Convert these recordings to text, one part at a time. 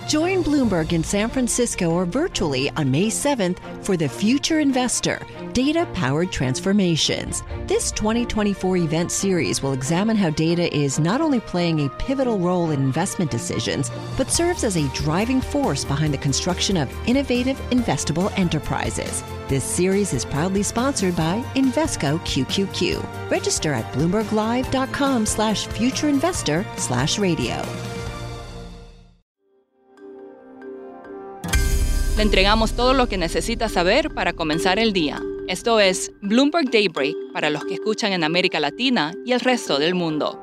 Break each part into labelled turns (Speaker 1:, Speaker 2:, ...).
Speaker 1: Join Bloomberg in San Francisco or virtually on May 7th for The Future Investor, Data-Powered Transformations. This 2024 event series will examine how data is not only playing a pivotal role in investment decisions, but serves as a driving force behind the construction of innovative, investable enterprises. This series is proudly sponsored by Invesco QQQ. Register at bloomberglive.com/futureinvestor/radio.
Speaker 2: Le entregamos todo lo que necesita saber para comenzar el día. Esto es Bloomberg Daybreak para los que escuchan en América Latina y el resto del mundo.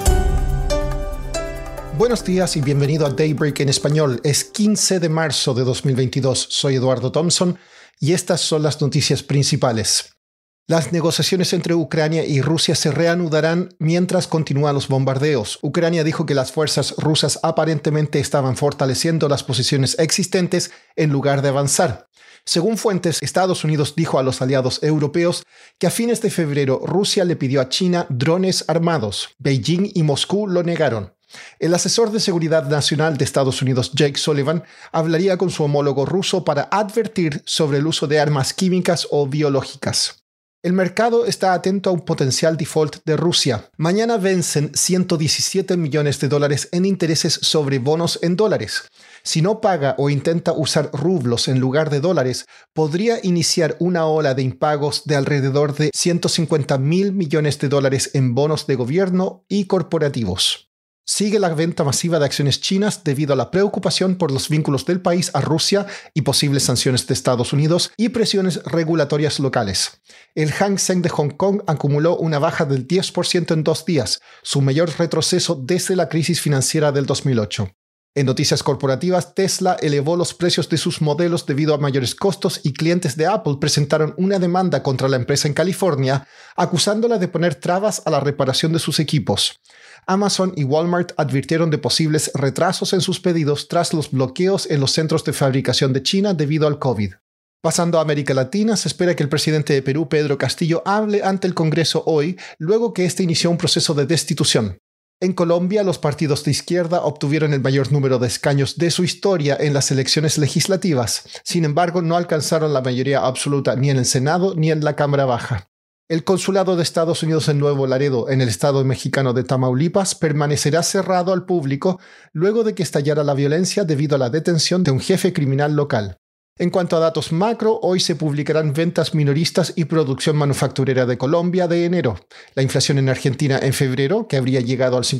Speaker 3: Buenos días y bienvenido a Daybreak en español. Es 15 de marzo de 2022. Soy Eduardo Thompson y estas son las noticias principales. Las negociaciones entre Ucrania y Rusia se reanudarán mientras continúan los bombardeos. Ucrania dijo que las fuerzas rusas aparentemente estaban fortaleciendo las posiciones existentes en lugar de avanzar. Según fuentes, Estados Unidos dijo a los aliados europeos que a fines de febrero Rusia le pidió a China drones armados. Beijing y Moscú lo negaron. El asesor de seguridad nacional de Estados Unidos, Jake Sullivan, hablaría con su homólogo ruso para advertir sobre el uso de armas químicas o biológicas. El mercado está atento a un potencial default de Rusia. Mañana vencen $117 millones en intereses sobre bonos en dólares. Si no paga o intenta usar rublos en lugar de dólares, podría iniciar una ola de impagos de alrededor de $150 mil millones en bonos de gobierno y corporativos. Sigue la venta masiva de acciones chinas debido a la preocupación por los vínculos del país a Rusia y posibles sanciones de Estados Unidos y presiones regulatorias locales. El Hang Seng de Hong Kong acumuló una baja del 10% en 2 días, su mayor retroceso desde la crisis financiera del 2008. En noticias corporativas, Tesla elevó los precios de sus modelos debido a mayores costos y clientes de Apple presentaron una demanda contra la empresa en California, acusándola de poner trabas a la reparación de sus equipos. Amazon y Walmart advirtieron de posibles retrasos en sus pedidos tras los bloqueos en los centros de fabricación de China debido al COVID. Pasando a América Latina, se espera que el presidente de Perú, Pedro Castillo, hable ante el Congreso hoy, luego que este inició un proceso de destitución. En Colombia, los partidos de izquierda obtuvieron el mayor número de escaños de su historia en las elecciones legislativas. Sin embargo, no alcanzaron la mayoría absoluta ni en el Senado ni en la Cámara Baja. El consulado de Estados Unidos en Nuevo Laredo, en el estado mexicano de Tamaulipas, permanecerá cerrado al público luego de que estallara la violencia debido a la detención de un jefe criminal local. En cuanto a datos macro, hoy se publicarán ventas minoristas y producción manufacturera de Colombia de enero, la inflación en Argentina en febrero, que habría llegado al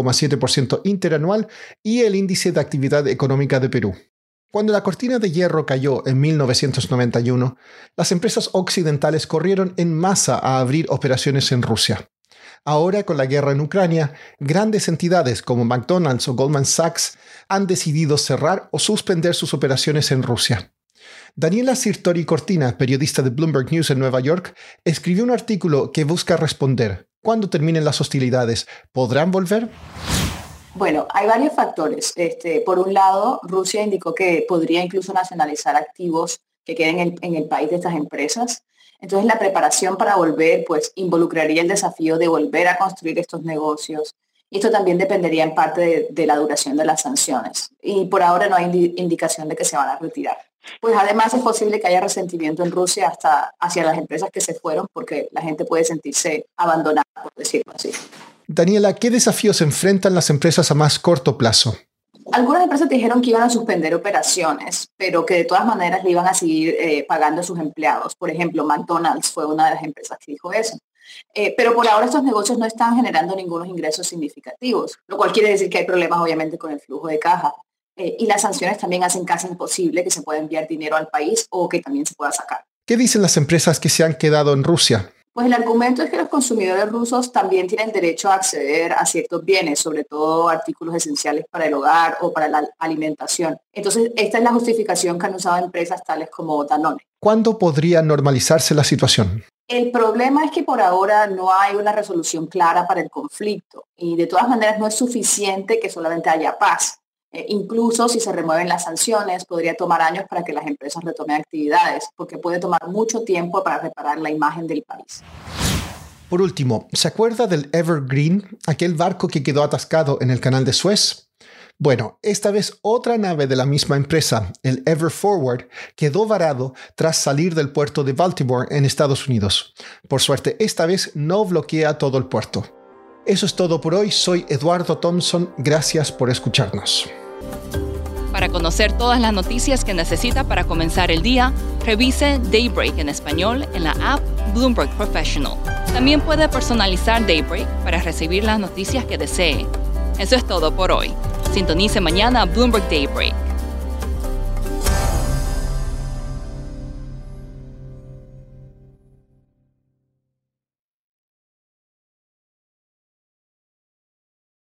Speaker 3: 51,7% interanual, y el índice de actividad económica de Perú. Cuando la cortina de hierro cayó en 1991, las empresas occidentales corrieron en masa a abrir operaciones en Rusia. Ahora, con la guerra en Ucrania, grandes entidades como McDonald's o Goldman Sachs han decidido cerrar o suspender sus operaciones en Rusia. Daniela Sirtori Cortina, periodista de Bloomberg News en Nueva York, escribió un artículo que busca responder: ¿cuándo terminen las hostilidades, podrán volver?
Speaker 4: Bueno, hay varios factores. Por un lado, Rusia indicó que podría incluso nacionalizar activos que queden en el país de estas empresas. Entonces, la preparación para volver pues involucraría el desafío de volver a construir estos negocios. Y esto también dependería en parte de la duración de las sanciones. Y por ahora no hay indicación de que se van a retirar. Pues además es posible que haya resentimiento en Rusia hasta hacia las empresas que se fueron, porque la gente puede sentirse abandonada, por decirlo así.
Speaker 3: Daniela, ¿qué desafíos enfrentan las empresas a más corto plazo?
Speaker 4: Algunas empresas dijeron que iban a suspender operaciones, pero que de todas maneras le iban a seguir pagando a sus empleados. Por ejemplo, McDonald's fue una de las empresas que dijo eso. Pero por ahora estos negocios no están generando ningunos ingresos significativos, lo cual quiere decir que hay problemas obviamente con el flujo de caja. Y las sanciones también hacen casi imposible que se pueda enviar dinero al país o que también se pueda sacar.
Speaker 3: ¿Qué dicen las empresas que se han quedado en Rusia?
Speaker 4: Pues el argumento es que los consumidores rusos también tienen derecho a acceder a ciertos bienes, sobre todo artículos esenciales para el hogar o para la alimentación. Entonces, esta es la justificación que han usado empresas tales como Danone.
Speaker 3: ¿Cuándo podría normalizarse la situación?
Speaker 4: El problema es que por ahora no hay una resolución clara para el conflicto y de todas maneras no es suficiente que solamente haya paz. Incluso si se remueven las sanciones, podría tomar años para que las empresas retomen actividades, porque puede tomar mucho tiempo para reparar la imagen del país.
Speaker 3: Por último, ¿se acuerda del Evergreen, aquel barco que quedó atascado en el canal de Suez? Bueno, esta vez otra nave de la misma empresa, el Ever Forward, quedó varado tras salir del puerto de Baltimore en Estados Unidos. Por suerte, esta vez no bloquea todo el puerto. Eso es todo por hoy. Soy Eduardo Thompson. Gracias por escucharnos.
Speaker 2: Para conocer todas las noticias que necesita para comenzar el día, revise Daybreak en español en la app Bloomberg Professional. También puede personalizar Daybreak para recibir las noticias que desee. Eso es todo por hoy. Sintonice mañana Bloomberg Daybreak